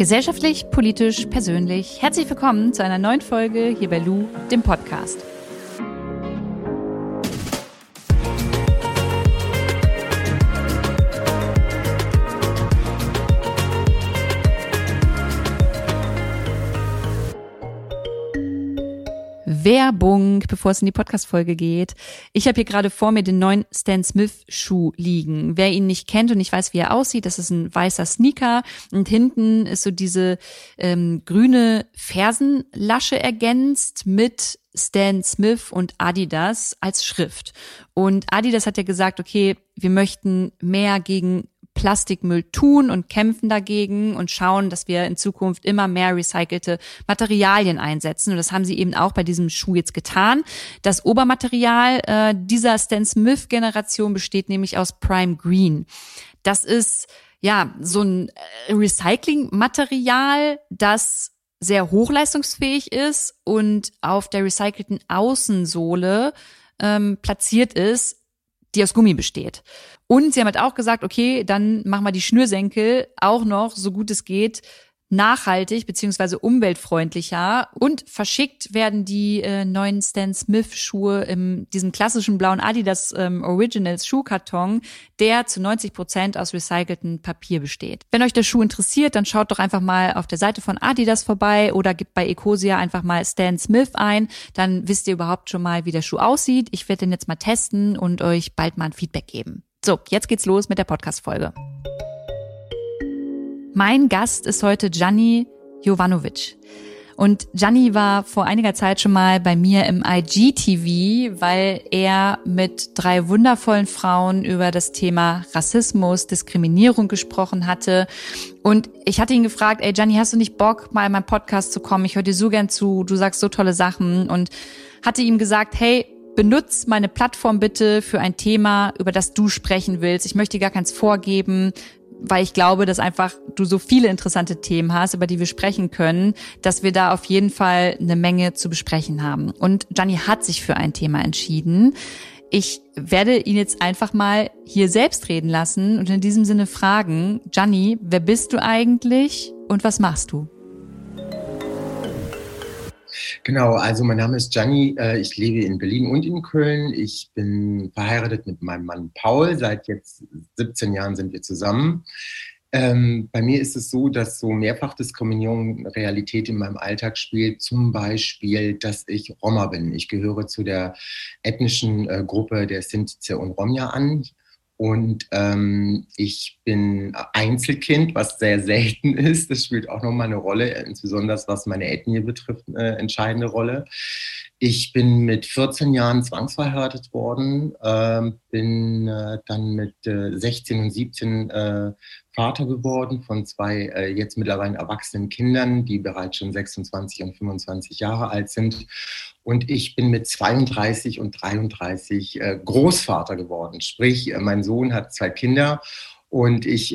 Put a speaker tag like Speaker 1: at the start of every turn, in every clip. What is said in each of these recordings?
Speaker 1: Gesellschaftlich, politisch, persönlich. Herzlich willkommen zu einer neuen Folge hier bei Lou, dem Podcast. Werbung, bevor es in die Podcast-Folge geht. Ich habe hier gerade vor mir den neuen Stan Smith-Schuh liegen. Wer ihn nicht kennt und nicht weiß, wie er aussieht, das ist ein weißer Sneaker und hinten ist so diese grüne Fersenlasche ergänzt mit Stan Smith und Adidas als Schrift. Und Adidas hat ja gesagt, okay, wir möchten mehr gegen Plastikmüll tun und kämpfen dagegen und schauen, dass wir in Zukunft immer mehr recycelte Materialien einsetzen. Und das haben sie eben auch bei diesem Schuh jetzt getan. Das Obermaterial dieser Stan Smith-Generation besteht nämlich aus Prime Green. Das ist ja so ein Recyclingmaterial, das sehr hochleistungsfähig ist und auf der recycelten Außensohle platziert ist, die aus Gummi besteht. Und sie haben halt auch gesagt, okay, dann machen wir die Schnürsenkel auch noch, so gut es geht, nachhaltig bzw. umweltfreundlicher. Und verschickt werden die neuen Stan Smith-Schuhe in diesem klassischen blauen Adidas Originals Schuhkarton, der zu 90% aus recyceltem Papier besteht. Wenn euch der Schuh interessiert, dann schaut doch einfach mal auf der Seite von Adidas vorbei oder gebt bei Ecosia einfach mal Stan Smith ein. Dann wisst ihr überhaupt schon mal, wie der Schuh aussieht. Ich werde den jetzt mal testen und euch bald mal ein Feedback geben. So, jetzt geht's los mit der Podcast-Folge. Mein Gast ist heute Gianni Jovanovic. Und Gianni war vor einiger Zeit schon mal bei mir im IGTV, weil er mit 3 wundervollen Frauen über das Thema Rassismus, Diskriminierung gesprochen hatte. Und ich hatte ihn gefragt, ey Gianni, hast du nicht Bock, mal in meinen Podcast zu kommen? Ich höre dir so gern zu, du sagst so tolle Sachen. Und hatte ihm gesagt, hey, benutz meine Plattform bitte für ein Thema, über das du sprechen willst. Ich möchte dir gar keins vorgeben, weil ich glaube, dass einfach du so viele interessante Themen hast, über die wir sprechen können, dass wir da auf jeden Fall eine Menge zu besprechen haben. Und Gianni hat sich für ein Thema entschieden. Ich werde ihn jetzt einfach mal hier selbst reden lassen und in diesem Sinne fragen, Gianni, wer bist du eigentlich und was machst du?
Speaker 2: Genau, also mein Name ist Gianni, ich lebe in Berlin und in Köln. Ich bin verheiratet mit meinem Mann Paul, seit jetzt 17 Jahren sind wir zusammen. Bei mir ist es so, dass so Mehrfachdiskriminierung Realität in meinem Alltag spielt, zum Beispiel, dass ich Roma bin. Ich gehöre zu der ethnischen Gruppe der Sinti und Romja an. Und ich bin Einzelkind, was sehr selten ist. Das spielt auch nochmal eine Rolle, insbesondere was meine Ethnie betrifft, eine entscheidende Rolle. Ich bin mit 14 Jahren zwangsverheiratet worden, bin dann mit 16 und 17 Vater geworden von 2 jetzt mittlerweile erwachsenen Kindern, die bereits schon 26 und 25 Jahre alt sind. Und ich bin mit 32 und 33 Großvater geworden. Sprich, mein Sohn hat 2 Kinder und ich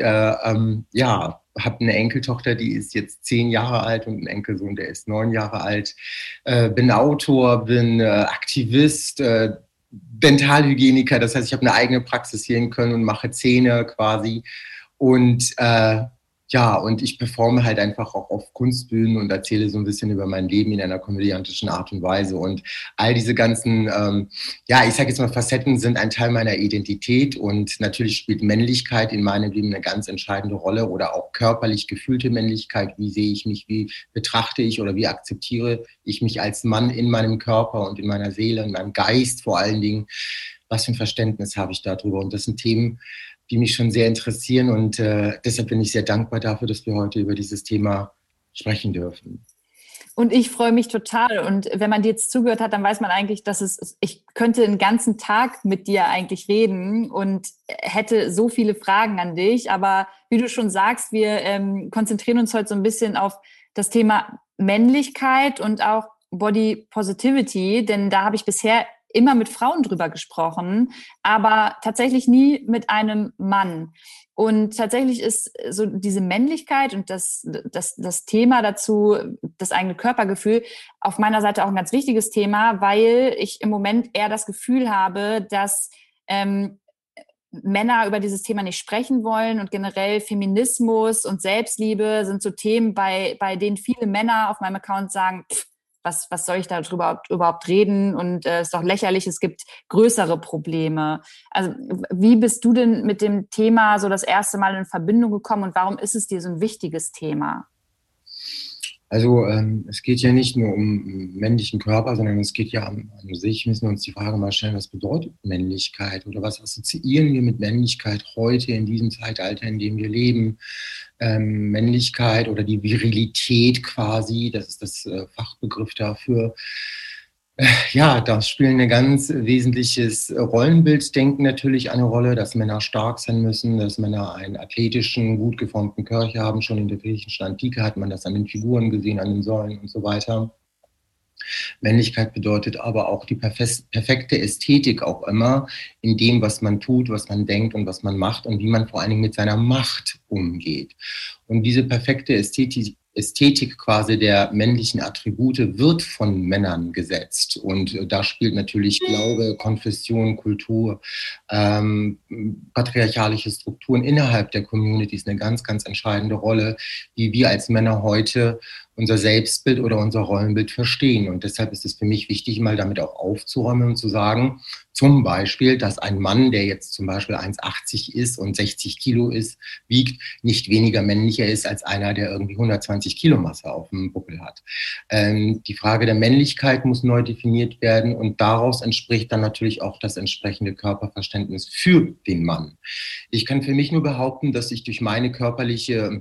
Speaker 2: habe eine Enkeltochter, die ist jetzt 10 Jahre alt und einen Enkelsohn, der ist 9 Jahre alt. Bin Autor, bin Aktivist, Dentalhygieniker. Das heißt, ich habe eine eigene Praxis hier in Köln und mache Zähne quasi. Und und ich performe halt einfach auch auf Kunstbühnen und erzähle so ein bisschen über mein Leben in einer komödiantischen Art und Weise. Und all diese ganzen, ich sage jetzt mal, Facetten sind ein Teil meiner Identität. Und natürlich spielt Männlichkeit in meinem Leben eine ganz entscheidende Rolle oder auch körperlich gefühlte Männlichkeit. Wie sehe ich mich, wie betrachte ich oder wie akzeptiere ich mich als Mann in meinem Körper und in meiner Seele, in meinem Geist vor allen Dingen. Was für ein Verständnis habe ich darüber? Und das sind Themen, die mich schon sehr interessieren und deshalb bin ich sehr dankbar dafür, dass wir heute über dieses Thema sprechen dürfen.
Speaker 3: Und ich freue mich total. Und wenn man dir jetzt zugehört hat, dann weiß man eigentlich, ich könnte den ganzen Tag mit dir eigentlich reden und hätte so viele Fragen an dich. Aber wie du schon sagst, wir konzentrieren uns heute so ein bisschen auf das Thema Männlichkeit und auch Body Positivity, denn da habe ich bisher immer mit Frauen drüber gesprochen, aber tatsächlich nie mit einem Mann. Und tatsächlich ist so diese Männlichkeit und das Thema dazu, das eigene Körpergefühl, auf meiner Seite auch ein ganz wichtiges Thema, weil ich im Moment eher das Gefühl habe, dass Männer über dieses Thema nicht sprechen wollen und generell Feminismus und Selbstliebe sind so Themen, bei denen viele Männer auf meinem Account sagen, was soll ich darüber überhaupt reden und ist doch lächerlich, es gibt größere Probleme. Also wie bist du denn mit dem Thema so das erste Mal in Verbindung gekommen und warum ist es dir so ein wichtiges Thema?
Speaker 2: Also es geht ja nicht nur um männlichen Körper, sondern es geht ja an sich, müssen wir uns die Frage mal stellen, was bedeutet Männlichkeit oder was assoziieren wir mit Männlichkeit heute in diesem Zeitalter, in dem wir leben? Männlichkeit oder die Virilität quasi, das ist das Fachbegriff dafür. Ja, da spielt ein ganz wesentliches Rollenbilddenken natürlich eine Rolle, dass Männer stark sein müssen, dass Männer einen athletischen, gut geformten Körper haben. Schon in der griechischen Antike hat man das an den Figuren gesehen, an den Säulen und so weiter. Männlichkeit bedeutet aber auch die perfekte Ästhetik auch immer in dem, was man tut, was man denkt und was man macht und wie man vor allen Dingen mit seiner Macht umgeht. Und diese perfekte Ästhetik quasi der männlichen Attribute wird von Männern gesetzt. Und da spielt natürlich Glaube, Konfession, Kultur, patriarchalische Strukturen innerhalb der Communities eine ganz, ganz entscheidende Rolle, wie wir als Männer heute unser Selbstbild oder unser Rollenbild verstehen. Und deshalb ist es für mich wichtig, mal damit auch aufzuräumen und zu sagen, zum Beispiel, dass ein Mann, der jetzt zum Beispiel 1,80 ist und 60 Kilo wiegt, nicht weniger männlicher ist als einer, der irgendwie 120 Kilo Masse auf dem Buckel hat. Die Frage der Männlichkeit muss neu definiert werden und daraus entspricht dann natürlich auch das entsprechende Körperverständnis für den Mann. Ich kann für mich nur behaupten, dass ich durch meine körperliche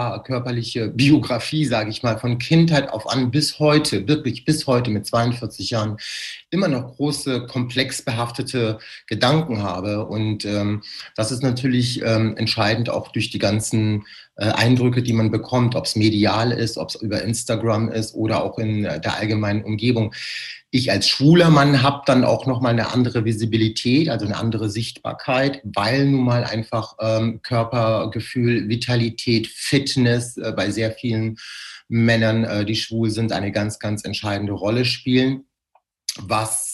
Speaker 2: Biografie, sage ich mal, von Kindheit auf an bis heute, wirklich bis heute mit 42 Jahren, immer noch große, komplex behaftete Gedanken habe. Und das ist natürlich entscheidend auch durch die ganzen Eindrücke, die man bekommt, ob es medial ist, ob es über Instagram ist oder auch in der allgemeinen Umgebung. Ich als schwuler Mann habe dann auch nochmal eine andere Visibilität, also eine andere Sichtbarkeit, weil nun mal einfach Körpergefühl, Vitalität, Fitness bei sehr vielen Männern, die schwul sind, eine ganz, ganz entscheidende Rolle spielen. Was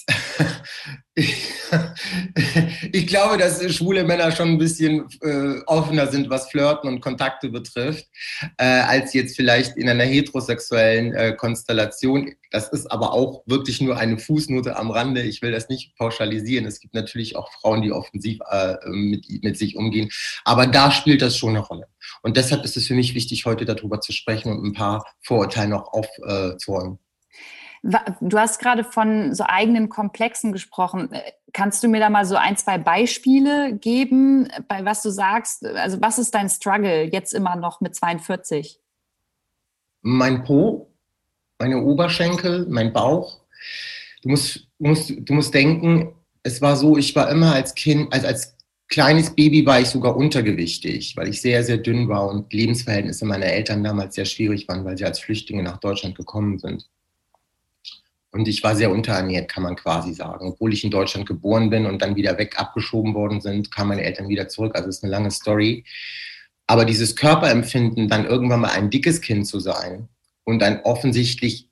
Speaker 2: ich glaube, dass schwule Männer schon ein bisschen offener sind, was Flirten und Kontakte betrifft, als jetzt vielleicht in einer heterosexuellen Konstellation. Das ist aber auch wirklich nur eine Fußnote am Rande. Ich will das nicht pauschalisieren. Es gibt natürlich auch Frauen, die offensiv mit sich umgehen. Aber da spielt das schon eine Rolle. Und deshalb ist es für mich wichtig, heute darüber zu sprechen und ein paar Vorurteile noch aufzuräumen.
Speaker 3: Du hast gerade von so eigenen Komplexen gesprochen. Kannst du mir da mal so 1, 2 Beispiele geben, bei was du sagst? Also was ist dein Struggle jetzt immer noch mit 42?
Speaker 2: Mein Po, meine Oberschenkel, mein Bauch. Du musst denken, es war so, ich war immer als Kind, als kleines Baby war ich sogar untergewichtig, weil ich sehr, sehr dünn war und Lebensverhältnisse meiner Eltern damals sehr schwierig waren, weil sie als Flüchtlinge nach Deutschland gekommen sind. Und ich war sehr unterernährt, kann man quasi sagen. Obwohl ich in Deutschland geboren bin und dann wieder abgeschoben worden sind, kamen meine Eltern wieder zurück. Also es ist eine lange Story. Aber dieses Körperempfinden, dann irgendwann mal ein dickes Kind zu sein und ein offensichtlich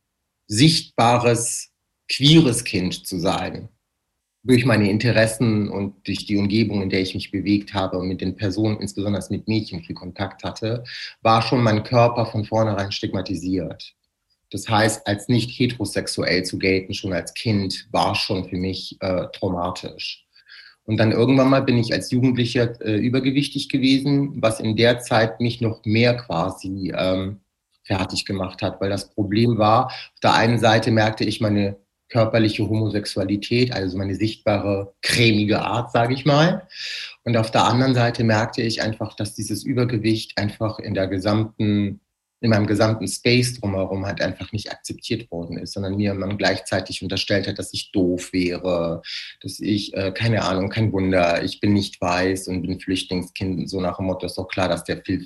Speaker 2: sichtbares, queeres Kind zu sein, durch meine Interessen und durch die Umgebung, in der ich mich bewegt habe und mit den Personen, insbesondere mit Mädchen, viel Kontakt hatte, war schon mein Körper von vornherein stigmatisiert. Das heißt, als nicht heterosexuell zu gelten, schon als Kind, war schon für mich traumatisch. Und dann irgendwann mal bin ich als Jugendlicher übergewichtig gewesen, was in der Zeit mich noch mehr quasi fertig gemacht hat, weil das Problem war, auf der einen Seite merkte ich meine körperliche Homosexualität, also meine sichtbare, cremige Art, sage ich mal. Und auf der anderen Seite merkte ich einfach, dass dieses Übergewicht einfach in meinem gesamten Space drumherum halt einfach nicht akzeptiert worden ist, sondern mir man gleichzeitig unterstellt hat, dass ich doof wäre, dass ich, keine Ahnung, kein Wunder, ich bin nicht weiß und bin Flüchtlingskind, so nach dem Motto, ist doch klar, dass der viel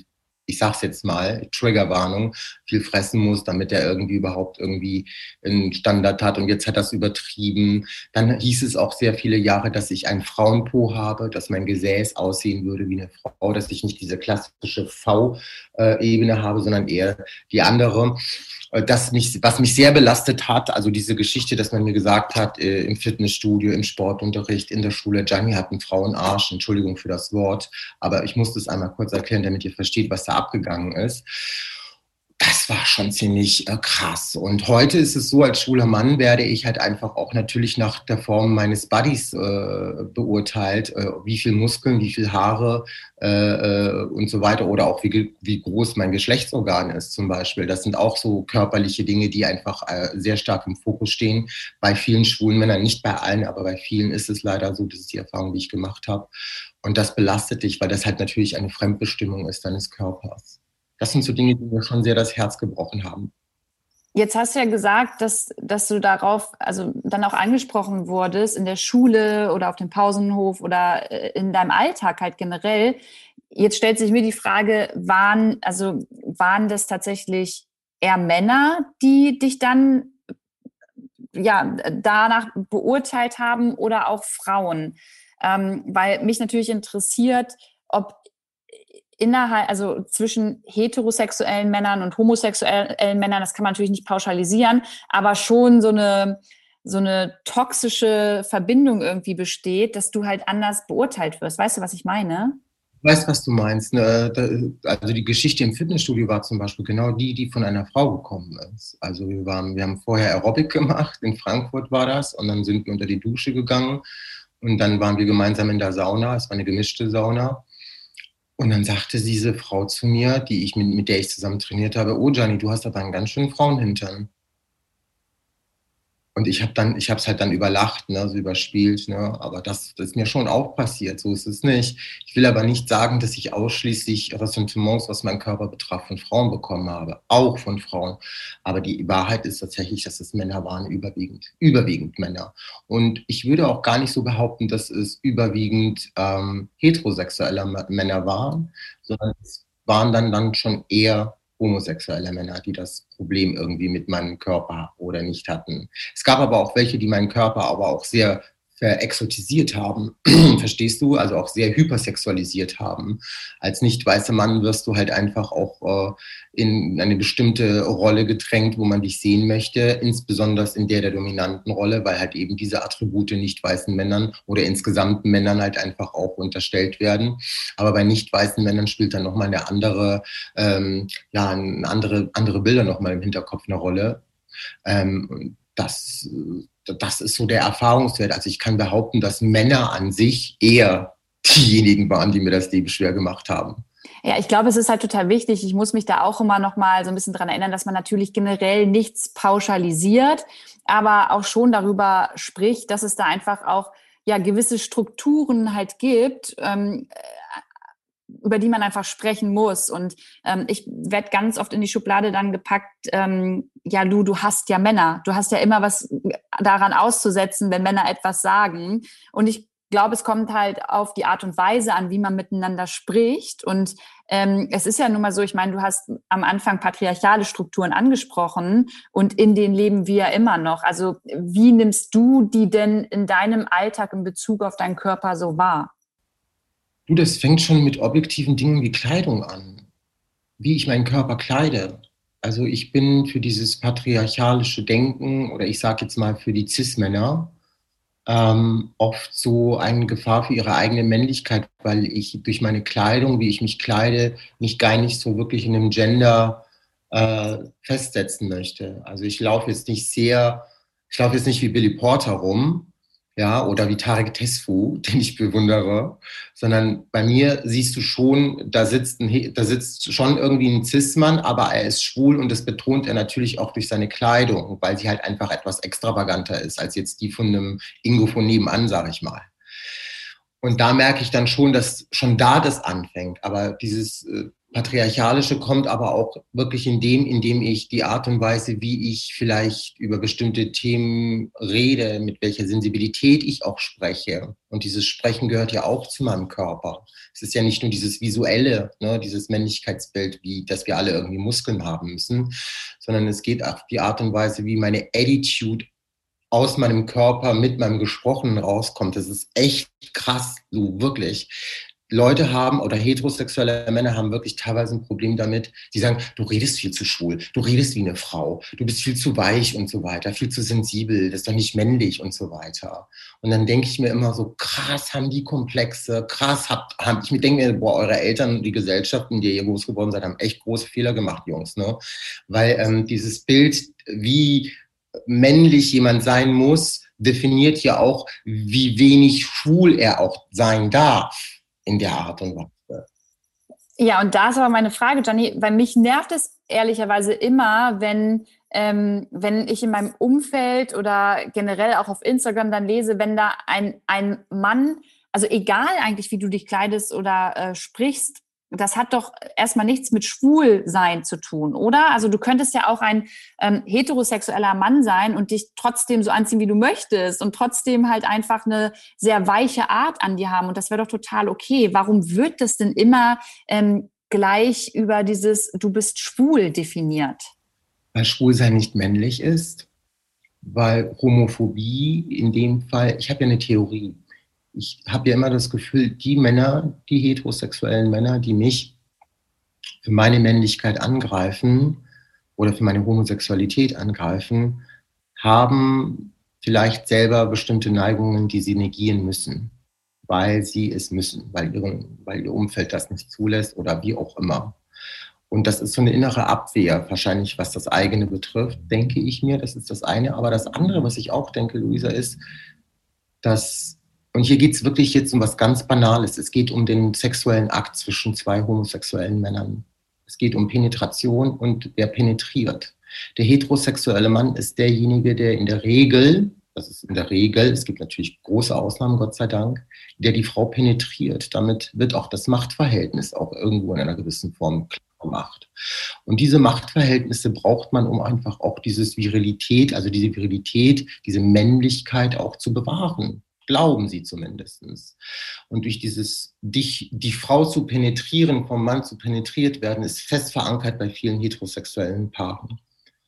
Speaker 2: ich sag's jetzt mal, Triggerwarnung, viel fressen muss, damit er irgendwie überhaupt irgendwie einen Standard hat. Und jetzt hat er es übertrieben. Dann hieß es auch sehr viele Jahre, dass ich einen Frauenpo habe, dass mein Gesäß aussehen würde wie eine Frau, dass ich nicht diese klassische V-Ebene habe, sondern eher die andere. Was mich sehr belastet hat, also diese Geschichte, dass man mir gesagt hat, im Fitnessstudio, im Sportunterricht, in der Schule, Gianni hat einen Frauenarsch, Entschuldigung für das Wort, aber ich muss das einmal kurz erklären, damit ihr versteht, was da abgegangen ist. Das war schon ziemlich krass. Und heute ist es so, als schwuler Mann werde ich halt einfach auch natürlich nach der Form meines Bodys beurteilt, wie viel Muskeln, wie viel Haare und so weiter oder auch wie groß mein Geschlechtsorgan ist zum Beispiel. Das sind auch so körperliche Dinge, die einfach sehr stark im Fokus stehen. Bei vielen schwulen Männern, nicht bei allen, aber bei vielen ist es leider so, das ist die Erfahrung, die ich gemacht habe. Und das belastet dich, weil das halt natürlich eine Fremdbestimmung ist deines Körpers. Das sind so Dinge, die mir schon sehr das Herz gebrochen haben.
Speaker 3: Jetzt hast du ja gesagt, dass du darauf also dann auch angesprochen wurdest in der Schule oder auf dem Pausenhof oder in deinem Alltag halt generell. Jetzt stellt sich mir die Frage, waren das tatsächlich eher Männer, die dich dann ja danach beurteilt haben oder auch Frauen? Weil mich natürlich interessiert, ob also zwischen heterosexuellen Männern und homosexuellen Männern, das kann man natürlich nicht pauschalisieren, aber schon so eine toxische Verbindung irgendwie besteht, dass du halt anders beurteilt wirst. Weißt du, was ich meine?
Speaker 2: Ich weiß, was du meinst. Ne? Also die Geschichte im Fitnessstudio war zum Beispiel genau die von einer Frau gekommen ist. Also wir haben vorher Aerobic gemacht, in Frankfurt war das, und dann sind wir unter die Dusche gegangen und dann waren wir gemeinsam in der Sauna, es war eine gemischte Sauna. Und dann sagte diese Frau zu mir, mit der ich zusammen trainiert habe, oh Gianni, du hast aber einen ganz schönen Frauenhintern. Und ich habe es halt dann überlacht, ne, so überspielt, ne, aber das ist mir schon auch passiert, so ist es nicht. Ich will aber nicht sagen, dass ich ausschließlich Ressentiments, was meinen Körper betraf, von Frauen bekommen habe, auch von Frauen. Aber die Wahrheit ist tatsächlich, dass es Männer waren, überwiegend Männer. Und ich würde auch gar nicht so behaupten, dass es überwiegend heterosexuelle Männer waren, sondern es waren dann schon eher homosexuelle Männer, die das Problem irgendwie mit meinem Körper oder nicht hatten. Es gab aber auch welche, die meinen Körper aber auch sehr verexotisiert haben, verstehst du? Also auch sehr hypersexualisiert haben. Als nicht weißer Mann wirst du halt einfach auch in eine bestimmte Rolle gedrängt, wo man dich sehen möchte, insbesondere in der dominanten Rolle, weil halt eben diese Attribute nicht weißen Männern oder insgesamt Männern halt einfach auch unterstellt werden. Aber bei nicht weißen Männern spielt dann nochmal eine andere Bilder nochmal im Hinterkopf eine Rolle. Das ist so der Erfahrungswert. Also ich kann behaupten, dass Männer an sich eher diejenigen waren, die mir das Leben schwer gemacht haben.
Speaker 3: Ja, ich glaube, es ist halt total wichtig. Ich muss mich da auch immer noch mal so ein bisschen dran erinnern, dass man natürlich generell nichts pauschalisiert, aber auch schon darüber spricht, dass es da einfach auch ja gewisse Strukturen halt gibt, über die man einfach sprechen muss. Und ich werde ganz oft in die Schublade dann gepackt, du hast ja Männer. Du hast ja immer was daran auszusetzen, wenn Männer etwas sagen. Und ich glaube, es kommt halt auf die Art und Weise an, wie man miteinander spricht. Und es ist ja nun mal so, ich meine, du hast am Anfang patriarchale Strukturen angesprochen und in denen leben wir ja immer noch. Also wie nimmst du die denn in deinem Alltag in Bezug auf deinen Körper so wahr?
Speaker 2: Du, das fängt schon mit objektiven Dingen wie Kleidung an, wie ich meinen Körper kleide. Also ich bin für dieses patriarchalische Denken oder ich sage jetzt mal für die Cis-Männer oft so eine Gefahr für ihre eigene Männlichkeit, weil ich durch meine Kleidung, wie ich mich kleide, mich gar nicht so wirklich in einem Gender festsetzen möchte. Also ich laufe jetzt nicht wie Billy Porter rum, ja, oder wie Tarek Tesfu, den ich bewundere, sondern bei mir siehst du schon, da sitzt schon irgendwie ein Cis-Mann, aber er ist schwul und das betont er natürlich auch durch seine Kleidung, weil sie halt einfach etwas extravaganter ist als jetzt die von einem Ingo von nebenan, sage ich mal. Und da merke ich dann schon, dass schon da das anfängt, aber dieses Patriarchalische kommt aber auch wirklich indem ich die Art und Weise, wie ich vielleicht über bestimmte Themen rede, mit welcher Sensibilität ich auch spreche. Und dieses Sprechen gehört ja auch zu meinem Körper. Es ist ja nicht nur dieses Visuelle, ne, dieses Männlichkeitsbild, wie dass wir alle irgendwie Muskeln haben müssen, sondern es geht auch die Art und Weise, wie meine Attitude aus meinem Körper mit meinem Gesprochenen rauskommt. Das ist echt krass, so wirklich. Leute haben oder heterosexuelle Männer haben wirklich teilweise ein Problem damit. Die sagen, du redest viel zu schwul, du redest wie eine Frau, du bist viel zu weich und so weiter, viel zu sensibel, das ist doch nicht männlich und so weiter. Und dann denke ich mir immer so, krass haben die Komplexe, krass ich denke mir, boah, eure Eltern, die Gesellschaft, in der ihr groß geworden seid, haben echt große Fehler gemacht, Jungs, ne? Weil dieses Bild, wie männlich jemand sein muss, definiert ja auch, wie wenig schwul er auch sein darf. In der Art und Weise.
Speaker 3: Ja, und da ist aber meine Frage, Gianni, weil mich nervt es ehrlicherweise immer, wenn ich in meinem Umfeld oder generell auch auf Instagram dann lese, wenn da ein Mann, also egal eigentlich, wie du dich kleidest oder sprichst, das hat doch erstmal nichts mit Schwulsein zu tun, oder? Also du könntest ja auch ein heterosexueller Mann sein und dich trotzdem so anziehen, wie du möchtest und trotzdem halt einfach eine sehr weiche Art an dir haben und das wäre doch total okay. Warum wird das denn immer gleich über dieses du bist schwul definiert?
Speaker 2: Weil Schwulsein nicht männlich ist, weil Homophobie in dem Fall, ich habe ja eine Theorie, ich habe ja immer das Gefühl, die Männer, die heterosexuellen Männer, die mich für meine Männlichkeit angreifen oder für meine Homosexualität angreifen, haben vielleicht selber bestimmte Neigungen, die sie negieren müssen, weil sie es müssen, weil ihr Umfeld das nicht zulässt oder wie auch immer. Und das ist so eine innere Abwehr, wahrscheinlich was das eigene betrifft, denke ich mir, das ist das eine. Aber das andere, was ich auch denke, Luisa, ist, dass, und hier geht es wirklich jetzt um was ganz Banales, es geht um den sexuellen Akt zwischen zwei homosexuellen Männern. Es geht um Penetration und wer penetriert. Der heterosexuelle Mann ist derjenige, der in der Regel, das ist in der Regel, es gibt natürlich große Ausnahmen, Gott sei Dank, der die Frau penetriert. Damit wird auch das Machtverhältnis auch irgendwo in einer gewissen Form klar gemacht. Und diese Machtverhältnisse braucht man, um einfach auch diese Virilität, diese Männlichkeit auch zu bewahren. Glauben sie zumindest. Und durch die Frau zu penetrieren, vom Mann zu penetriert werden, ist fest verankert bei vielen heterosexuellen Paaren.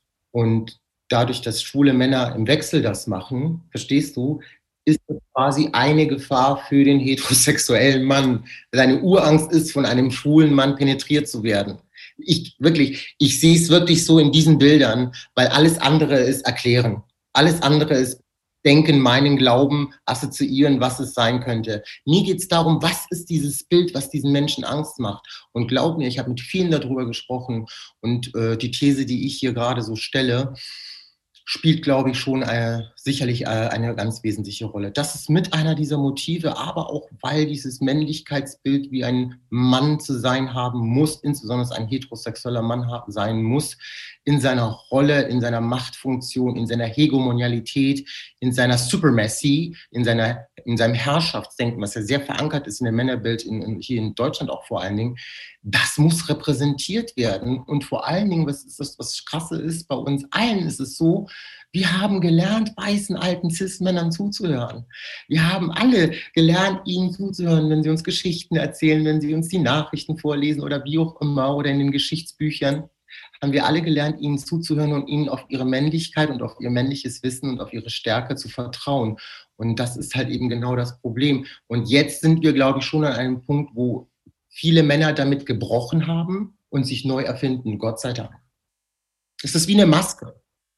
Speaker 2: Und dadurch, dass schwule Männer im Wechsel das machen, verstehst du, ist das quasi eine Gefahr für den heterosexuellen Mann. Seine Urangst ist, von einem schwulen Mann penetriert zu werden. Ich sehe es wirklich so in diesen Bildern, weil alles andere ist erklären. Alles andere ist denken, meinen, glauben, assoziieren, was es sein könnte. Mir geht es darum, was ist dieses Bild, was diesen Menschen Angst macht. Und glaub mir, ich habe mit vielen darüber gesprochen und die These, die ich hier gerade so stelle, spielt, glaube ich, schon sicherlich eine ganz wesentliche Rolle. Das ist mit einer dieser Motive, aber auch, weil dieses Männlichkeitsbild, wie ein Mann zu sein haben muss, insbesondere ein heterosexueller Mann sein muss, in seiner Rolle, in seiner Machtfunktion, in seiner Hegemonialität, in seiner Supremacy, in seinem Herrschaftsdenken, was ja sehr verankert ist in dem Männerbild, hier in Deutschland auch vor allen Dingen, das muss repräsentiert werden. Und vor allen Dingen, was Krasse ist, bei uns allen ist es so, wir haben gelernt, weißen alten Cis-Männern zuzuhören. Wir haben alle gelernt, ihnen zuzuhören, wenn sie uns Geschichten erzählen, wenn sie uns die Nachrichten vorlesen oder wie auch immer oder in den Geschichtsbüchern. Haben wir alle gelernt, ihnen zuzuhören und ihnen auf ihre Männlichkeit und auf ihr männliches Wissen und auf ihre Stärke zu vertrauen. Und das ist halt eben genau das Problem. Und jetzt sind wir, glaube ich, schon an einem Punkt, wo viele Männer damit gebrochen haben und sich neu erfinden, Gott sei Dank. Es ist wie eine Maske.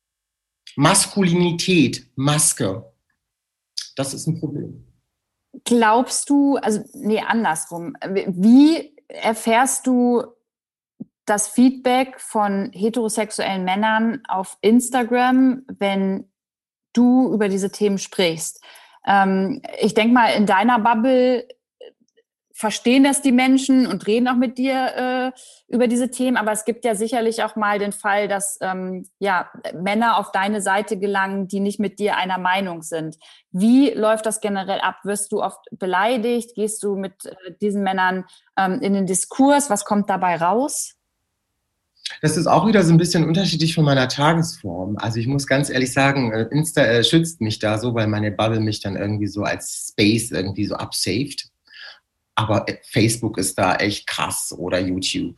Speaker 2: Maskulinität, Maske. Das ist ein Problem.
Speaker 3: Glaubst du, andersrum. Wie erfährst du das Feedback von heterosexuellen Männern auf Instagram, wenn du über diese Themen sprichst? Ich denke mal, in deiner Bubble verstehen das die Menschen und reden auch mit dir über diese Themen, aber es gibt ja sicherlich auch mal den Fall, dass Männer auf deine Seite gelangen, die nicht mit dir einer Meinung sind. Wie läuft das generell ab? Wirst du oft beleidigt? Gehst du mit diesen Männern in den Diskurs? Was kommt dabei raus?
Speaker 2: Das ist auch wieder so ein bisschen unterschiedlich von meiner Tagesform. Also ich muss ganz ehrlich sagen, Insta schützt mich da so, weil meine Bubble mich dann irgendwie so als Space irgendwie so absaved. Aber Facebook ist da echt krass oder YouTube.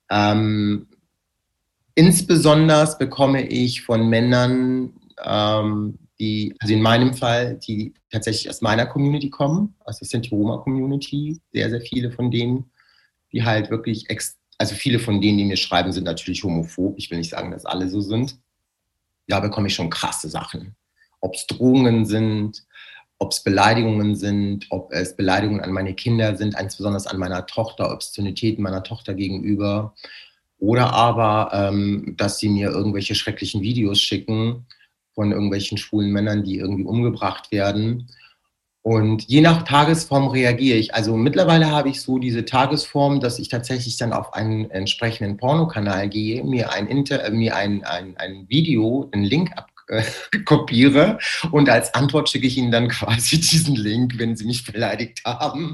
Speaker 2: Insbesondere bekomme ich von Männern, die, also in meinem Fall, die tatsächlich aus meiner Community kommen, aus der Sinti-Roma-Community, sehr, sehr viele von denen, die halt wirklich, also viele von denen, die mir schreiben, sind natürlich homophob. Ich will nicht sagen, dass alle so sind. Da bekomme ich schon krasse Sachen. Ob es Drohungen sind, ob es Beleidigungen sind, ob es Beleidigungen an meine Kinder sind, insbesondere an meiner Tochter, Obszönitäten meiner Tochter gegenüber. Oder aber, dass sie mir irgendwelche schrecklichen Videos schicken von irgendwelchen schwulen Männern, die irgendwie umgebracht werden. Und je nach Tagesform reagiere ich. Also mittlerweile habe ich so diese Tagesform, dass ich tatsächlich dann auf einen entsprechenden Pornokanal gehe, mir ein Video, einen Link kopiere und als Antwort schicke ich ihnen dann quasi diesen Link, wenn sie mich beleidigt haben.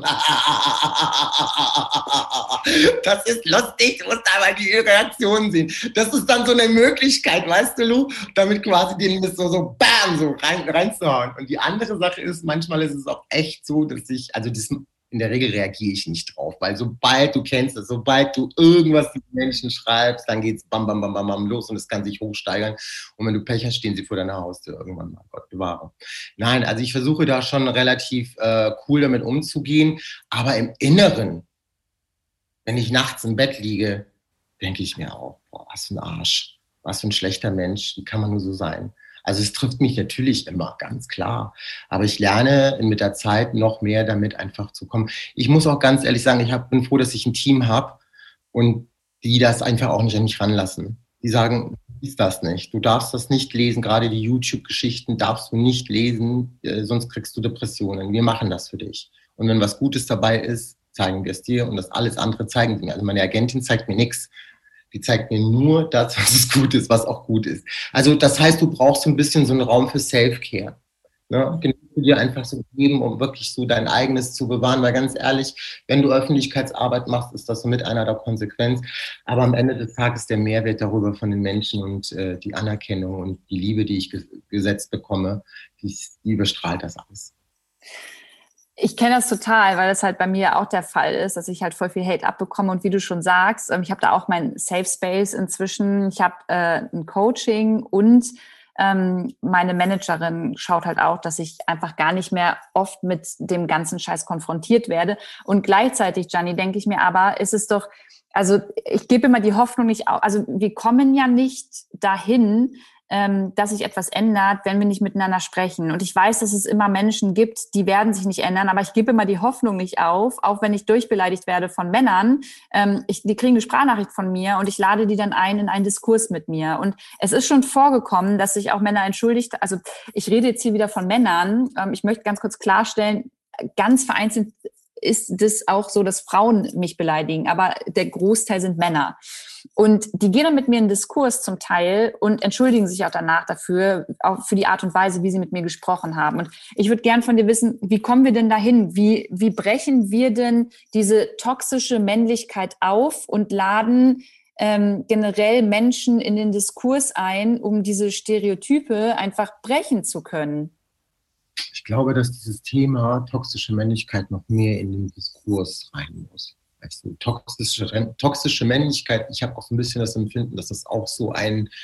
Speaker 2: Das ist lustig, du musst aber die Reaktion sehen. Das ist dann so eine Möglichkeit, weißt du, Lu, damit quasi denen das so bam, so reinzuhauen. Und die andere Sache ist, manchmal ist es auch echt so, dass in der Regel reagiere ich nicht drauf, weil sobald du kennst es, sobald du irgendwas mit Menschen schreibst, dann geht's bam, bam, bam, bam, bam los und es kann sich hochsteigern. Und wenn du Pech hast, stehen sie vor deiner Haustür irgendwann mal. Gott bewahre. Nein, also ich versuche da schon relativ cool damit umzugehen, aber im Inneren, wenn ich nachts im Bett liege, denke ich mir auch, boah, was für ein Arsch, was für ein schlechter Mensch, wie kann man nur so sein? Also es trifft mich natürlich immer, ganz klar. Aber ich lerne mit der Zeit noch mehr damit einfach zu kommen. Ich muss auch ganz ehrlich sagen, bin froh, dass ich ein Team habe und die das einfach auch nicht an mich ranlassen. Die sagen, lies das nicht. Du darfst das nicht lesen. Gerade die YouTube-Geschichten darfst du nicht lesen, sonst kriegst du Depressionen. Wir machen das für dich. Und wenn was Gutes dabei ist, zeigen wir es dir. Und das alles andere zeigen sie mir. Also meine Agentin zeigt mir nichts. Die zeigt mir nur das, was gut ist, was auch gut ist. Also das heißt, du brauchst so ein bisschen so einen Raum für Self-Care. Ne? Dir einfach so geben, um wirklich so dein eigenes zu bewahren. Weil ganz ehrlich, wenn du Öffentlichkeitsarbeit machst, ist das so mit einer der Konsequenzen. Aber am Ende des Tages der Mehrwert darüber von den Menschen und die Anerkennung und die Liebe, die ich gesetzt bekomme, die überstrahlt das alles.
Speaker 3: Ich kenne das total, weil das halt bei mir auch der Fall ist, dass ich halt voll viel Hate abbekomme. Und wie du schon sagst, ich habe da auch mein Safe Space inzwischen. Ich habe ein Coaching und meine Managerin schaut halt auch, dass ich einfach gar nicht mehr oft mit dem ganzen Scheiß konfrontiert werde. Und gleichzeitig, Gianni, denke ich mir aber, ist es doch, also ich gebe immer die Hoffnung nicht auf, also wir kommen ja nicht dahin, dass sich etwas ändert, wenn wir nicht miteinander sprechen. Und ich weiß, dass es immer Menschen gibt, die werden sich nicht ändern, aber ich gebe immer die Hoffnung nicht auf, auch wenn ich durchbeleidigt werde von Männern. Die kriegen eine Sprachnachricht von mir und ich lade die dann ein in einen Diskurs mit mir. Und es ist schon vorgekommen, dass sich auch Männer entschuldigt. Also ich rede jetzt hier wieder von Männern. Ich möchte ganz kurz klarstellen, ganz vereinzelt ist das auch so, dass Frauen mich beleidigen, aber der Großteil sind Männer. Und die gehen dann mit mir in Diskurs zum Teil und entschuldigen sich auch danach dafür, auch für die Art und Weise, wie sie mit mir gesprochen haben. Und ich würde gern von dir wissen, wie kommen wir denn dahin? Wie brechen wir denn diese toxische Männlichkeit auf und laden generell Menschen in den Diskurs ein, um diese Stereotype einfach brechen zu können?
Speaker 2: Ich glaube, dass dieses Thema toxische Männlichkeit noch mehr in den Diskurs rein muss. Also toxische Männlichkeit, ich habe auch so ein bisschen das Empfinden, dass das auch so so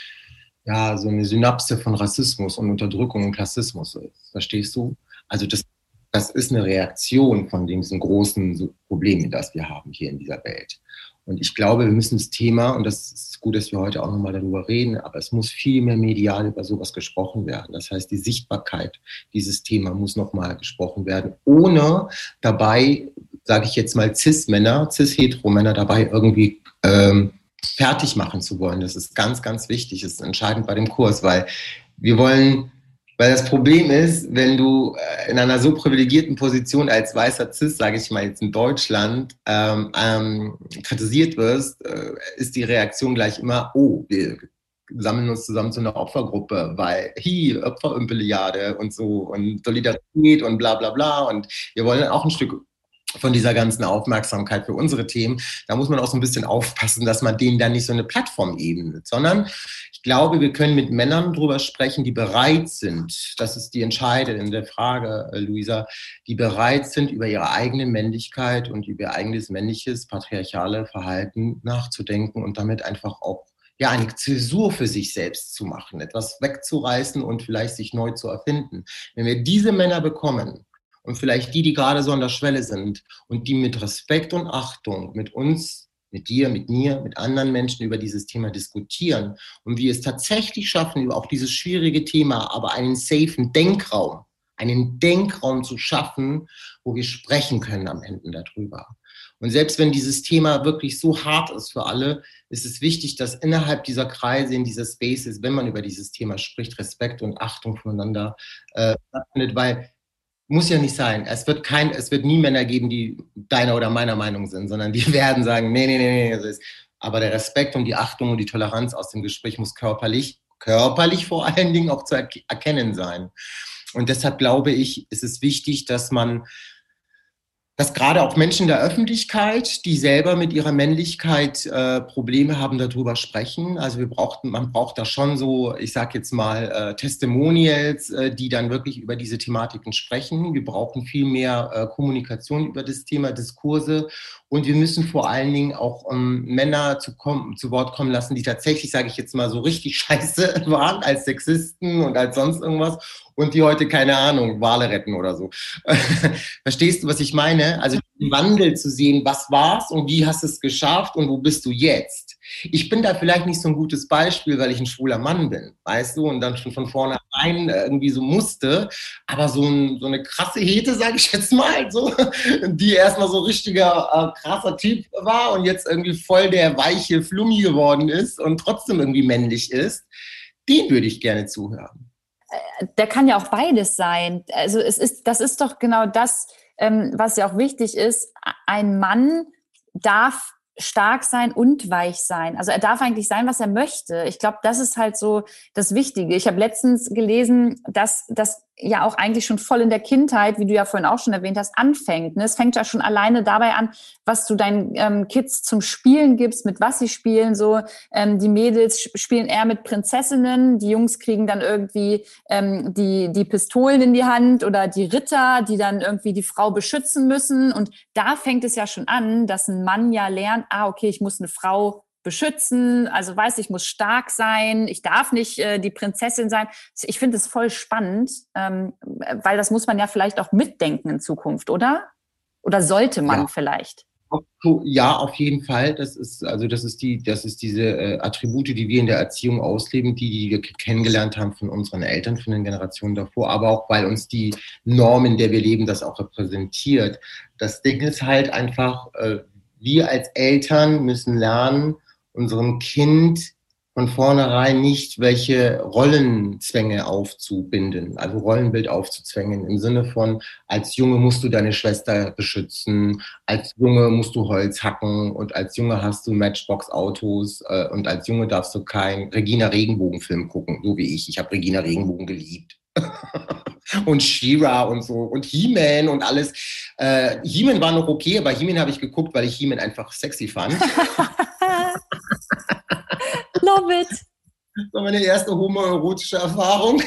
Speaker 2: eine Synapse von Rassismus und Unterdrückung und Klassismus ist. Verstehst du? Also das ist eine Reaktion von diesen großen Problemen, das wir haben hier in dieser Welt. Und ich glaube, wir müssen das Thema, und das ist gut, dass wir heute auch nochmal darüber reden, aber es muss viel mehr medial über sowas gesprochen werden. Das heißt, die Sichtbarkeit dieses Thema muss nochmal gesprochen werden, ohne dabei, sage ich jetzt mal, cis-hetero-Männer dabei irgendwie fertig machen zu wollen. Das ist ganz, ganz wichtig, das ist entscheidend bei dem Kurs, weil wir wollen Weil das Problem ist, wenn du in einer so privilegierten Position als weißer Cis, sage ich mal jetzt in Deutschland, kritisiert wirst, ist die Reaktion gleich immer, oh, wir sammeln uns zusammen zu einer Opfergruppe, weil, Opferolympiade und so und Solidarität und bla bla bla und wir wollen auch ein Stück von dieser ganzen Aufmerksamkeit für unsere Themen. Da muss man auch so ein bisschen aufpassen, dass man denen dann nicht so eine Plattform ebnet, sondern ich glaube, wir können mit Männern drüber sprechen, die bereit sind, das ist die entscheidende Frage, Luisa, die bereit sind, über ihre eigene Männlichkeit und über ihr eigenes männliches, patriarchale Verhalten nachzudenken und damit einfach auch eine Zäsur für sich selbst zu machen, etwas wegzureißen und vielleicht sich neu zu erfinden. Wenn wir diese Männer bekommen, und vielleicht die gerade so an der Schwelle sind und die mit Respekt und Achtung mit uns, mit dir, mit mir, mit anderen Menschen über dieses Thema diskutieren und wir es tatsächlich schaffen, über auch dieses schwierige Thema, aber einen safen Denkraum zu schaffen, wo wir sprechen können am Ende darüber. Und selbst wenn dieses Thema wirklich so hart ist für alle, ist es wichtig, dass innerhalb dieser Kreise, in dieser Spaces, wenn man über dieses Thema spricht, Respekt und Achtung voneinander stattfindet, weil muss ja nicht sein. Es wird nie Männer geben, die deiner oder meiner Meinung sind, sondern die werden sagen, nee. Aber der Respekt und die Achtung und die Toleranz aus dem Gespräch muss körperlich vor allen Dingen auch zu erkennen sein. Und deshalb glaube ich, ist es wichtig, dass gerade auch Menschen der Öffentlichkeit, die selber mit ihrer Männlichkeit Probleme haben, darüber sprechen. Also man braucht da schon so, ich sage jetzt mal, Testimonials, die dann wirklich über diese Thematiken sprechen. Wir brauchen viel mehr Kommunikation über das Thema, Diskurse. Und wir müssen vor allen Dingen auch Männer zu Wort kommen lassen, die tatsächlich, sage ich jetzt mal, so richtig scheiße waren als Sexisten und als sonst irgendwas und die heute, keine Ahnung, Wale retten oder so. Verstehst du, was ich meine? Also den Wandel zu sehen, was war's und wie hast du es geschafft und wo bist du jetzt? Ich bin da vielleicht nicht so ein gutes Beispiel, weil ich ein schwuler Mann bin, weißt du, und dann schon von vornherein irgendwie so musste, aber so eine krasse Hete, sage ich jetzt mal, so, die erstmal so richtiger krasser Typ war und jetzt irgendwie voll der weiche Flummi geworden ist und trotzdem irgendwie männlich ist, den würde ich gerne zuhören.
Speaker 3: Der kann ja auch beides sein. Also das ist doch genau das, was ja auch wichtig ist. Ein Mann darf stark sein und weich sein. Also er darf eigentlich sein, was er möchte. Ich glaube, das ist halt so das Wichtige. Ich habe letztens gelesen, dass das ja auch eigentlich schon voll in der Kindheit, wie du ja vorhin auch schon erwähnt hast, anfängt. Es fängt ja schon alleine dabei an, was du deinen Kids zum Spielen gibst, mit was sie spielen. So die Mädels spielen eher mit Prinzessinnen, die Jungs kriegen dann irgendwie die Pistolen in die Hand oder die Ritter, die dann irgendwie die Frau beschützen müssen. Und da fängt es ja schon an, dass ein Mann ja lernt, okay, ich muss eine Frau beschützen, also ich muss stark sein, ich darf nicht die Prinzessin sein. Ich finde es voll spannend, weil das muss man ja vielleicht auch mitdenken in Zukunft, oder? Oder sollte man vielleicht?
Speaker 2: Ja, auf jeden Fall. Das ist diese Attribute, die wir in der Erziehung ausleben, die wir kennengelernt haben von unseren Eltern, von den Generationen davor, aber auch, weil uns die Norm, in der wir leben, das auch repräsentiert. Das Ding ist halt einfach, wir als Eltern müssen lernen, unserem Kind von vornherein nicht welche Rollenzwänge aufzubinden, also Rollenbild aufzuzwängen, im Sinne von, als Junge musst du deine Schwester beschützen, als Junge musst du Holz hacken und als Junge hast du Matchbox-Autos und als Junge darfst du keinen Regina-Regenbogen-Film gucken, so wie ich. Ich habe Regina Regenbogen geliebt. Und She-Ra und so und He-Man und alles. He-Man war noch okay, aber He-Man habe ich geguckt, weil ich He-Man einfach sexy fand.
Speaker 3: Love it.
Speaker 2: Das war meine erste homoerotische Erfahrung.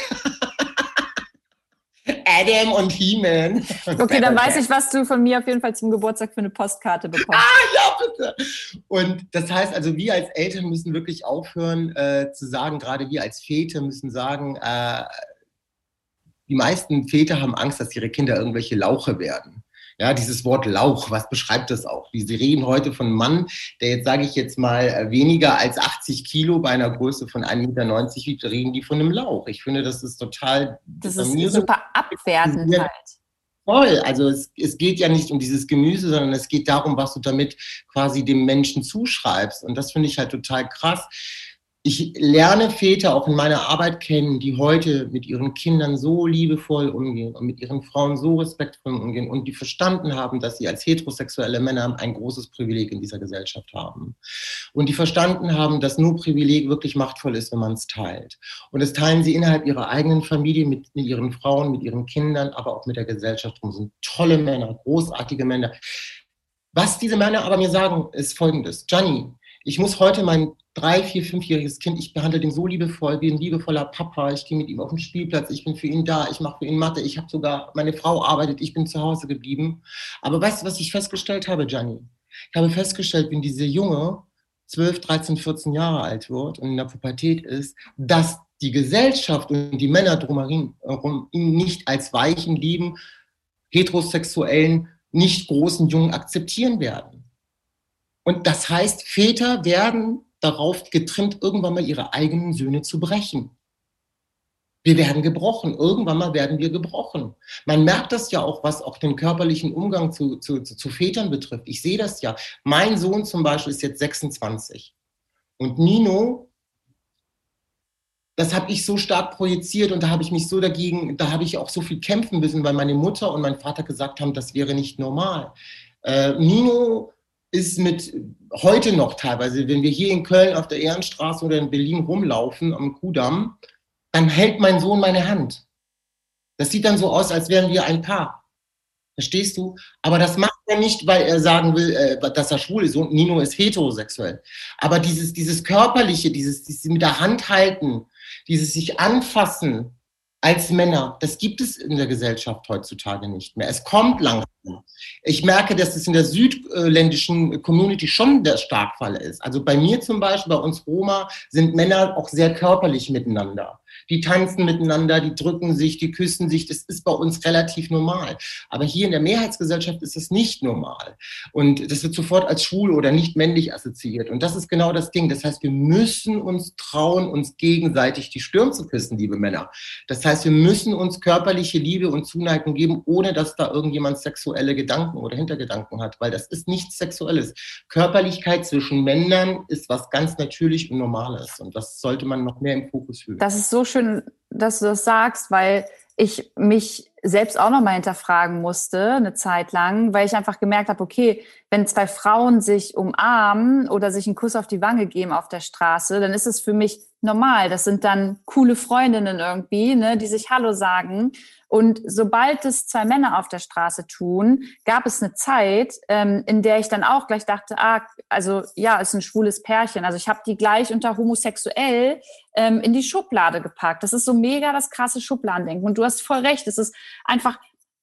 Speaker 2: Adam und He-Man.
Speaker 3: Okay, dann weiß ich, was du von mir auf jeden Fall zum Geburtstag für eine Postkarte bekommst.
Speaker 2: Ja, bitte. Und das heißt also, wir als Eltern müssen wirklich aufhören zu sagen, gerade wir als Väter müssen sagen, die meisten Väter haben Angst, dass ihre Kinder irgendwelche Lauche werden. Ja, dieses Wort Lauch, was beschreibt das auch? Sie reden heute von einem Mann, der jetzt, sage ich jetzt mal, weniger als 80 Kilo bei einer Größe von 1,90 Meter wiegt, reden die von einem Lauch. Ich finde, das ist total...
Speaker 3: Das ist super abwertend halt.
Speaker 2: Voll, also es geht ja nicht um dieses Gemüse, sondern es geht darum, was du damit quasi dem Menschen zuschreibst. Und das finde ich halt total krass. Ich lerne Väter auch in meiner Arbeit kennen, die heute mit ihren Kindern so liebevoll umgehen und mit ihren Frauen so respektvoll umgehen und die verstanden haben, dass sie als heterosexuelle Männer ein großes Privileg in dieser Gesellschaft haben. Und die verstanden haben, dass nur Privileg wirklich machtvoll ist, wenn man es teilt. Und das teilen sie innerhalb ihrer eigenen Familie mit ihren Frauen, mit ihren Kindern, aber auch mit der Gesellschaft. Und sind tolle Männer, großartige Männer. Was diese Männer aber mir sagen, ist Folgendes. Gianni, ich muss heute mein 3-, 4-, 5-jähriges Kind, ich behandle den so liebevoll, wie ein liebevoller Papa, ich gehe mit ihm auf den Spielplatz, ich bin für ihn da, ich mache für ihn Mathe, ich habe sogar, meine Frau arbeitet, ich bin zu Hause geblieben. Aber weißt du, was ich festgestellt habe, Gianni? Ich habe festgestellt, wenn dieser Junge 12, 13, 14 Jahre alt wird und in der Pubertät ist, dass die Gesellschaft und die Männer drumherum ihn nicht als weichen, lieben, heterosexuellen, nicht großen Jungen akzeptieren werden. Und das heißt, Väter werden darauf getrimmt, irgendwann mal ihre eigenen Söhne zu brechen. Wir werden gebrochen. Irgendwann mal werden wir gebrochen. Man merkt das ja auch, was auch den körperlichen Umgang zu Vätern betrifft. Ich sehe das ja. Mein Sohn zum Beispiel ist jetzt 26. Und Nino, das habe ich so stark projiziert und da habe ich mich so dagegen, da habe ich auch so viel kämpfen müssen, weil meine Mutter und mein Vater gesagt haben, das wäre nicht normal. Nino ist mit heute noch teilweise, wenn wir hier in Köln auf der Ehrenstraße oder in Berlin rumlaufen am Kuhdamm, dann hält mein Sohn meine Hand. Das sieht dann so aus, als wären wir ein Paar. Verstehst du? Aber das macht er nicht, weil er sagen will, dass er schwul ist und Nino ist heterosexuell. Aber dieses Körperliche, dieses mit der Hand halten, dieses sich anfassen als Männer, das gibt es in der Gesellschaft heutzutage nicht mehr. Es kommt langsam. Ich merke, dass es in der südländischen Community schon der Starkfall ist. Also bei mir zum Beispiel, bei uns Roma, sind Männer auch sehr körperlich miteinander. Die tanzen miteinander, die drücken sich, die küssen sich. Das ist bei uns relativ normal. Aber hier in der Mehrheitsgesellschaft ist es nicht normal. Und das wird sofort als schwul oder nicht männlich assoziiert. Und das ist genau das Ding. Das heißt, wir müssen uns trauen, uns gegenseitig die Stirn zu küssen, liebe Männer. Das heißt, wir müssen uns körperliche Liebe und Zuneigung geben, ohne dass da irgendjemand sexuelle Gedanken oder Hintergedanken hat. Weil das ist nichts Sexuelles. Körperlichkeit zwischen Männern ist was ganz natürlich und Normales. Und das sollte man noch mehr im Fokus fühlen.
Speaker 3: Das ist so schön, dass du das sagst, weil ich mich selbst auch noch mal hinterfragen musste, eine Zeit lang, weil ich einfach gemerkt habe, okay, wenn zwei Frauen sich umarmen oder sich einen Kuss auf die Wange geben auf der Straße, dann ist es für mich normal. Das sind dann coole Freundinnen irgendwie, ne, die sich Hallo sagen. Und sobald es zwei Männer auf der Straße tun, gab es eine Zeit, in der ich dann auch gleich dachte, also ja, ist ein schwules Pärchen. Also ich habe die gleich unter homosexuell in die Schublade gepackt. Das ist so mega das krasse Schubladendenken. Und du hast voll recht, es ist einfach,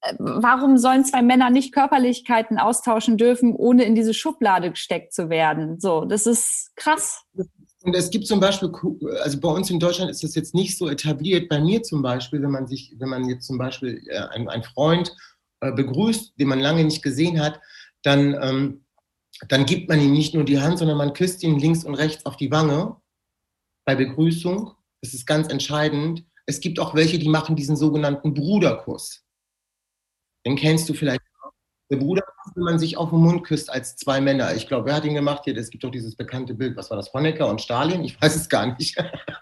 Speaker 3: warum sollen zwei Männer nicht Körperlichkeiten austauschen dürfen, ohne in diese Schublade gesteckt zu werden? So, das ist krass.
Speaker 2: Und es gibt zum Beispiel, also bei uns in Deutschland ist das jetzt nicht so etabliert. Bei mir zum Beispiel, wenn man jetzt zum Beispiel einen Freund begrüßt, den man lange nicht gesehen hat, dann gibt man ihm nicht nur die Hand, sondern man küsst ihn links und rechts auf die Wange bei Begrüßung. Das ist ganz entscheidend. Es gibt auch welche, die machen diesen sogenannten Bruderkuss. Den kennst du vielleicht auch. Der Bruderkuss, wenn man sich auf den Mund küsst als zwei Männer. Ich glaube, wer hat ihn gemacht hier? Es gibt doch dieses bekannte Bild. Was war das? Honecker und Stalin? Ich weiß es gar nicht.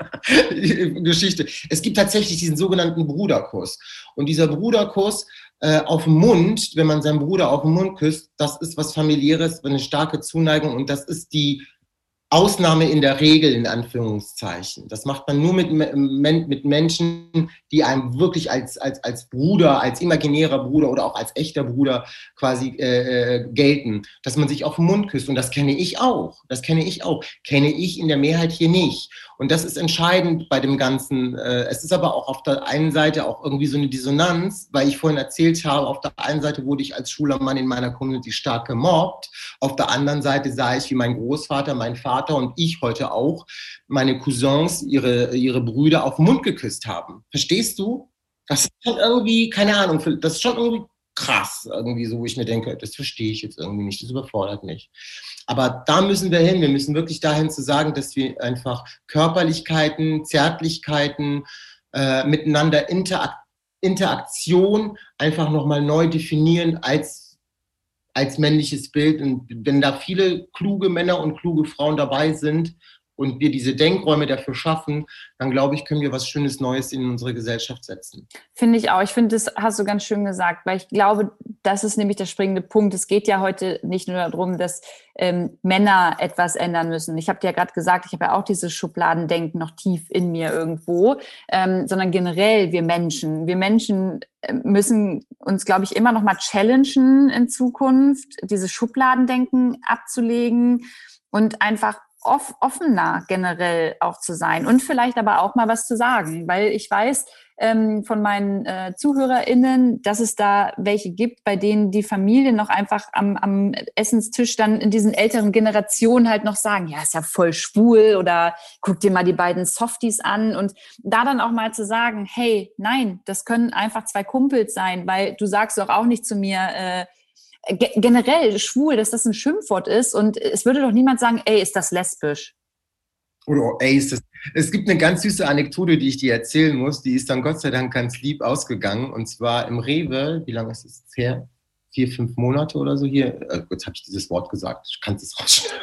Speaker 2: Geschichte. Es gibt tatsächlich diesen sogenannten Bruderkuss. Und dieser Bruderkuss auf den Mund, wenn man seinen Bruder auf den Mund küsst, das ist was Familiäres, eine starke Zuneigung und das ist die Ausnahme in der Regel, in Anführungszeichen. Das macht man nur mit Menschen, die einem wirklich als Bruder, als imaginärer Bruder oder auch als echter Bruder quasi gelten, dass man sich auf den Mund küsst. Und das kenne ich auch. Kenne ich in der Mehrheit hier nicht. Und das ist entscheidend bei dem Ganzen. Es ist aber auch auf der einen Seite auch irgendwie so eine Dissonanz, weil ich vorhin erzählt habe, auf der einen Seite wurde ich als schwuler Mann in meiner Community stark gemobbt. Auf der anderen Seite sah ich, wie mein Großvater, mein Vater und ich heute auch, meine Cousins, ihre Brüder auf den Mund geküsst haben. Verstehst du? Das ist schon irgendwie, keine Ahnung, das ist schon irgendwie krass, irgendwie so, wo ich mir denke, das verstehe ich jetzt irgendwie nicht, das überfordert mich. Aber da müssen wir hin, wir müssen wirklich dahin zu sagen, dass wir einfach Körperlichkeiten, Zärtlichkeiten, miteinander Interaktion einfach nochmal neu definieren als männliches Bild. Und wenn da viele kluge Männer und kluge Frauen dabei sind, und wir diese Denkräume dafür schaffen, dann glaube ich, können wir was Schönes Neues in unsere Gesellschaft setzen.
Speaker 3: Finde ich auch. Ich finde, das hast du ganz schön gesagt, weil ich glaube, das ist nämlich der springende Punkt. Es geht ja heute nicht nur darum, dass Männer etwas ändern müssen. Ich habe dir ja gerade gesagt, ich habe ja auch dieses Schubladendenken noch tief in mir irgendwo, sondern generell wir Menschen. Wir Menschen müssen uns, glaube ich, immer noch mal challengen in Zukunft, dieses Schubladendenken abzulegen und einfach offener generell auch zu sein und vielleicht aber auch mal was zu sagen, weil ich weiß von meinen ZuhörerInnen, dass es da welche gibt, bei denen die Familien noch einfach am Essenstisch dann in diesen älteren Generationen halt noch sagen, ja, ist ja voll schwul oder guck dir mal die beiden Softies an und da dann auch mal zu sagen, hey, nein, das können einfach zwei Kumpels sein, weil du sagst doch auch nicht zu mir, generell schwul, dass das ein Schimpfwort ist und es würde doch niemand sagen, ey, ist das lesbisch?
Speaker 2: Oder ey, ist das... Es gibt eine ganz süße Anekdote, die ich dir erzählen muss, die ist dann Gott sei Dank ganz lieb ausgegangen und zwar im Rewe, wie lange ist das jetzt her? 4, 5 Monate oder so hier? Jetzt habe ich dieses Wort gesagt, ich kann es rausschneiden.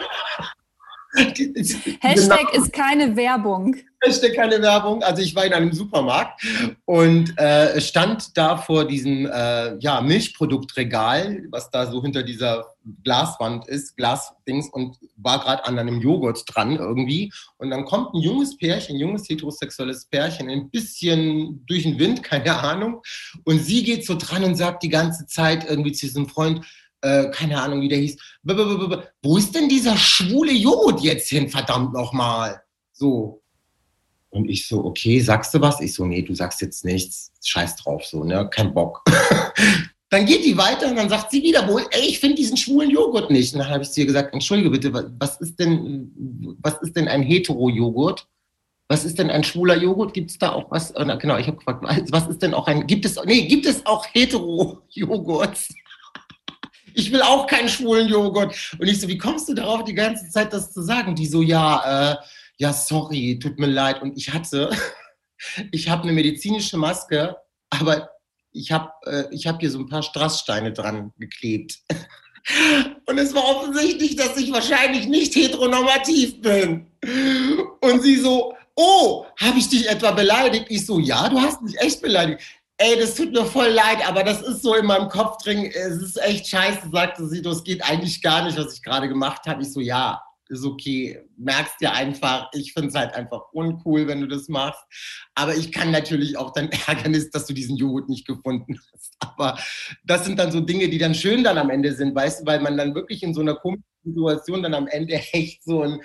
Speaker 3: Hashtag ist keine Werbung.
Speaker 2: Hashtag keine Werbung. Also ich war in einem Supermarkt und stand da vor diesem Milchproduktregal, was da so hinter dieser Glaswand ist, Glasdings, und war gerade an einem Joghurt dran irgendwie. Und dann kommt ein junges Pärchen, ein junges heterosexuelles Pärchen, ein bisschen durch den Wind, keine Ahnung. Und sie geht so dran und sagt die ganze Zeit irgendwie zu diesem Freund, keine Ahnung, wie der hieß, wo ist denn dieser schwule Joghurt jetzt hin, verdammt nochmal? So. Und ich so, okay, sagst du was? Ich so, nee, du sagst jetzt nichts, scheiß drauf, so, ne, kein Bock. Dann geht die weiter und dann sagt sie wieder, ich finde diesen schwulen Joghurt nicht. Und dann habe ich zu ihr gesagt, entschuldige bitte, was ist denn ein Hetero-Joghurt? Was ist denn ein schwuler Joghurt? Gibt es da auch was? Genau, ich habe gefragt, was ist denn auch gibt es auch Hetero-Joghurts? Ich will auch keinen schwulen Joghurt. Und ich so, wie kommst du darauf, die ganze Zeit das zu sagen? Die so, ja, sorry, tut mir leid. Und ich habe eine medizinische Maske, aber ich habe hier so ein paar Strasssteine dran geklebt. Und es war offensichtlich, dass ich wahrscheinlich nicht heteronormativ bin. Und sie so, oh, habe ich dich etwa beleidigt? Ich so, ja, du hast mich echt beleidigt. Ey, das tut mir voll leid, aber das ist so in meinem Kopf drin, es ist echt scheiße, sagte sie, das geht eigentlich gar nicht, was ich gerade gemacht habe. Ich so, ja, ist okay, merkst dir einfach, ich finde es halt einfach uncool, wenn du das machst. Aber ich kann natürlich auch dein Ärgernis, dass du diesen Joghurt nicht gefunden hast. Aber das sind dann so Dinge, die dann schön dann am Ende sind, weißt du, weil man dann wirklich in so einer komischen Situation dann am Ende echt so ein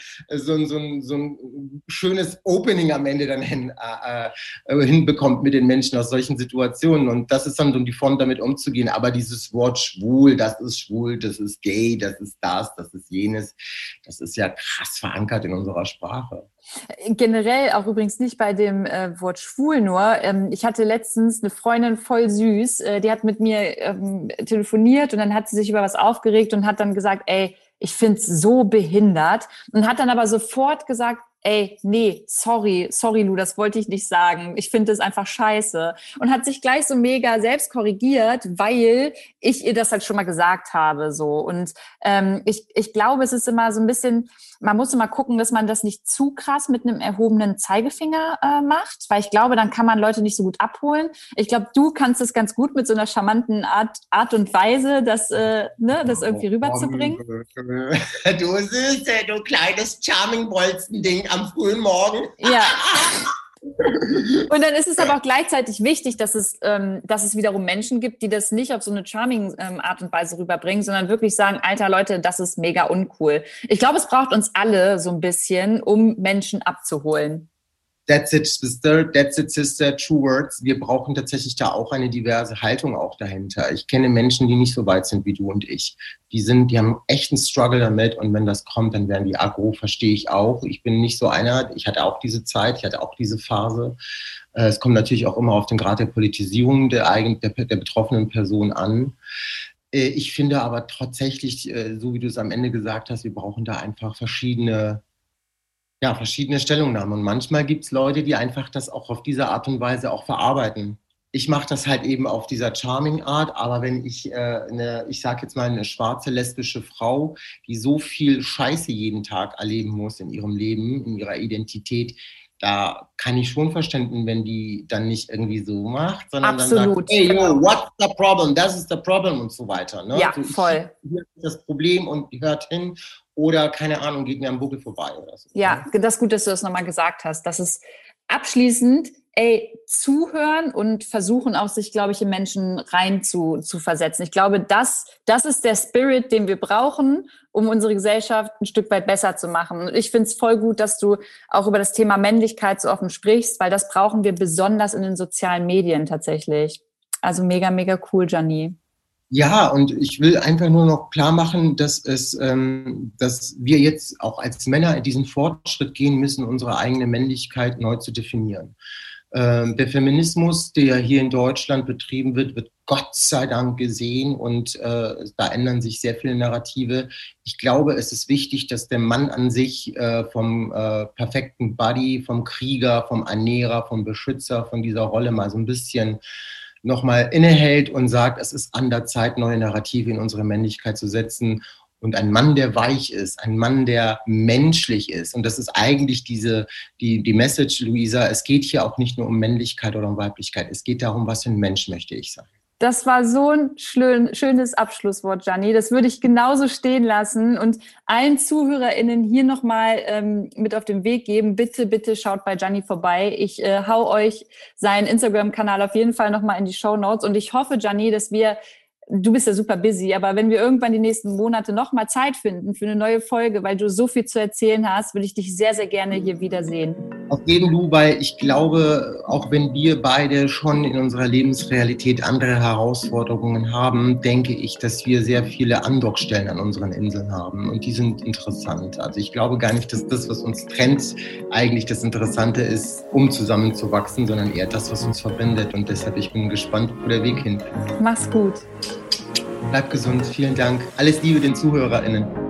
Speaker 2: schönes Opening am Ende dann hinbekommt mit den Menschen aus solchen Situationen. Und das ist dann so die Form, damit umzugehen. Aber dieses Wort schwul, das ist gay, das ist jenes, das ist ja krass verankert in unserer Sprache.
Speaker 3: Generell auch übrigens nicht bei dem Wort schwul nur. Ich hatte letztens eine Freundin voll süß, die hat mit mir telefoniert und dann hat sie sich über was aufgeregt und hat dann gesagt, ey, ich find's so behindert und hat dann aber sofort gesagt, ey, nee, sorry, Lu, das wollte ich nicht sagen. Ich finde das einfach scheiße. Und hat sich gleich so mega selbst korrigiert, weil ich ihr das halt schon mal gesagt habe, so. Und ich glaube, es ist immer so ein bisschen, man muss immer gucken, dass man das nicht zu krass mit einem erhobenen Zeigefinger macht, weil ich glaube, dann kann man Leute nicht so gut abholen. Ich glaube, du kannst es ganz gut mit so einer charmanten Art und Weise, das irgendwie rüberzubringen.
Speaker 2: Du Süße, du kleines Charming-Bolzen-Ding am frühen Morgen.
Speaker 3: Ja. Und dann ist es aber auch gleichzeitig wichtig, dass es wiederum Menschen gibt, die das nicht auf so eine charming Art und Weise rüberbringen, sondern wirklich sagen, Alter Leute, das ist mega uncool. Ich glaube, es braucht uns alle so ein bisschen, um Menschen abzuholen.
Speaker 2: That's it, sister, true words. Wir brauchen tatsächlich da auch eine diverse Haltung auch dahinter. Ich kenne Menschen, die nicht so weit sind wie du und ich. Die haben echt einen Struggle damit und wenn das kommt, dann werden die aggro, verstehe ich auch. Ich bin nicht so einer, ich hatte auch diese Zeit, ich hatte auch diese Phase. Es kommt natürlich auch immer auf den Grad der Politisierung der betroffenen Person an. Ich finde aber tatsächlich, so wie du es am Ende gesagt hast, wir brauchen da einfach verschiedene Stellungnahmen. Und manchmal gibt es Leute, die einfach das auch auf diese Art und Weise auch verarbeiten. ich mache das halt eben auf dieser charming Art, aber wenn ich ich sage jetzt mal eine schwarze lesbische Frau, die so viel Scheiße jeden Tag erleben muss in ihrem Leben, in ihrer Identität, da kann ich schon verstehen, wenn die dann nicht irgendwie so macht, sondern
Speaker 3: Absolut,
Speaker 2: dann sagt, hey, yo, what's the problem? Das ist the problem und so weiter. Ne?
Speaker 3: Ja,
Speaker 2: also
Speaker 3: voll.
Speaker 2: Hier ist das Problem und hört hin oder, keine Ahnung, geht mir am Buckel vorbei oder so.
Speaker 3: Ja, das ist gut, dass du das nochmal gesagt hast. Das ist abschließend, zuhören und versuchen auch sich, glaube ich, in Menschen rein zu versetzen. Ich glaube, das ist der Spirit, den wir brauchen, um unsere Gesellschaft ein Stück weit besser zu machen. Und ich finde es voll gut, dass du auch über das Thema Männlichkeit so offen sprichst, weil das brauchen wir besonders in den sozialen Medien tatsächlich. Also mega, mega cool, Gianni.
Speaker 2: Ja, und ich will einfach nur noch klar machen, dass wir jetzt auch als Männer diesen Fortschritt gehen müssen, unsere eigene Männlichkeit neu zu definieren. Der Feminismus, der hier in Deutschland betrieben wird Gott sei Dank gesehen und da ändern sich sehr viele Narrative. Ich glaube, es ist wichtig, dass der Mann an sich vom perfekten Buddy, vom Krieger, vom Ernährer, vom Beschützer, von dieser Rolle mal so ein bisschen nochmal innehält und sagt, es ist an der Zeit, neue Narrative in unsere Männlichkeit zu setzen. Und ein Mann, der weich ist, ein Mann, der menschlich ist. Und das ist eigentlich die Message, Luisa. Es geht hier auch nicht nur um Männlichkeit oder um Weiblichkeit. Es geht darum, was für ein Mensch möchte ich sein.
Speaker 3: Das war so ein schönes Abschlusswort, Gianni. Das würde ich genauso stehen lassen und allen ZuhörerInnen hier nochmal mit auf den Weg geben. Bitte, bitte schaut bei Gianni vorbei. Ich hau euch seinen Instagram-Kanal auf jeden Fall nochmal in die Shownotes und ich hoffe, Gianni, du bist ja super busy, aber wenn wir irgendwann die nächsten Monate nochmal Zeit finden für eine neue Folge, weil du so viel zu erzählen hast, würde ich dich sehr, sehr gerne hier wiedersehen.
Speaker 2: Auf jeden Fall, weil ich glaube, auch wenn wir beide schon in unserer Lebensrealität andere Herausforderungen haben, denke ich, dass wir sehr viele Andockstellen an unseren Inseln haben und die sind interessant. Also ich glaube gar nicht, dass das, was uns trennt, eigentlich das Interessante ist, um zusammenzuwachsen, sondern eher das, was uns verbindet und deshalb ich bin gespannt, wo der Weg hinführt.
Speaker 3: Mach's gut.
Speaker 2: Bleib gesund, vielen Dank. Alles Liebe den ZuhörerInnen.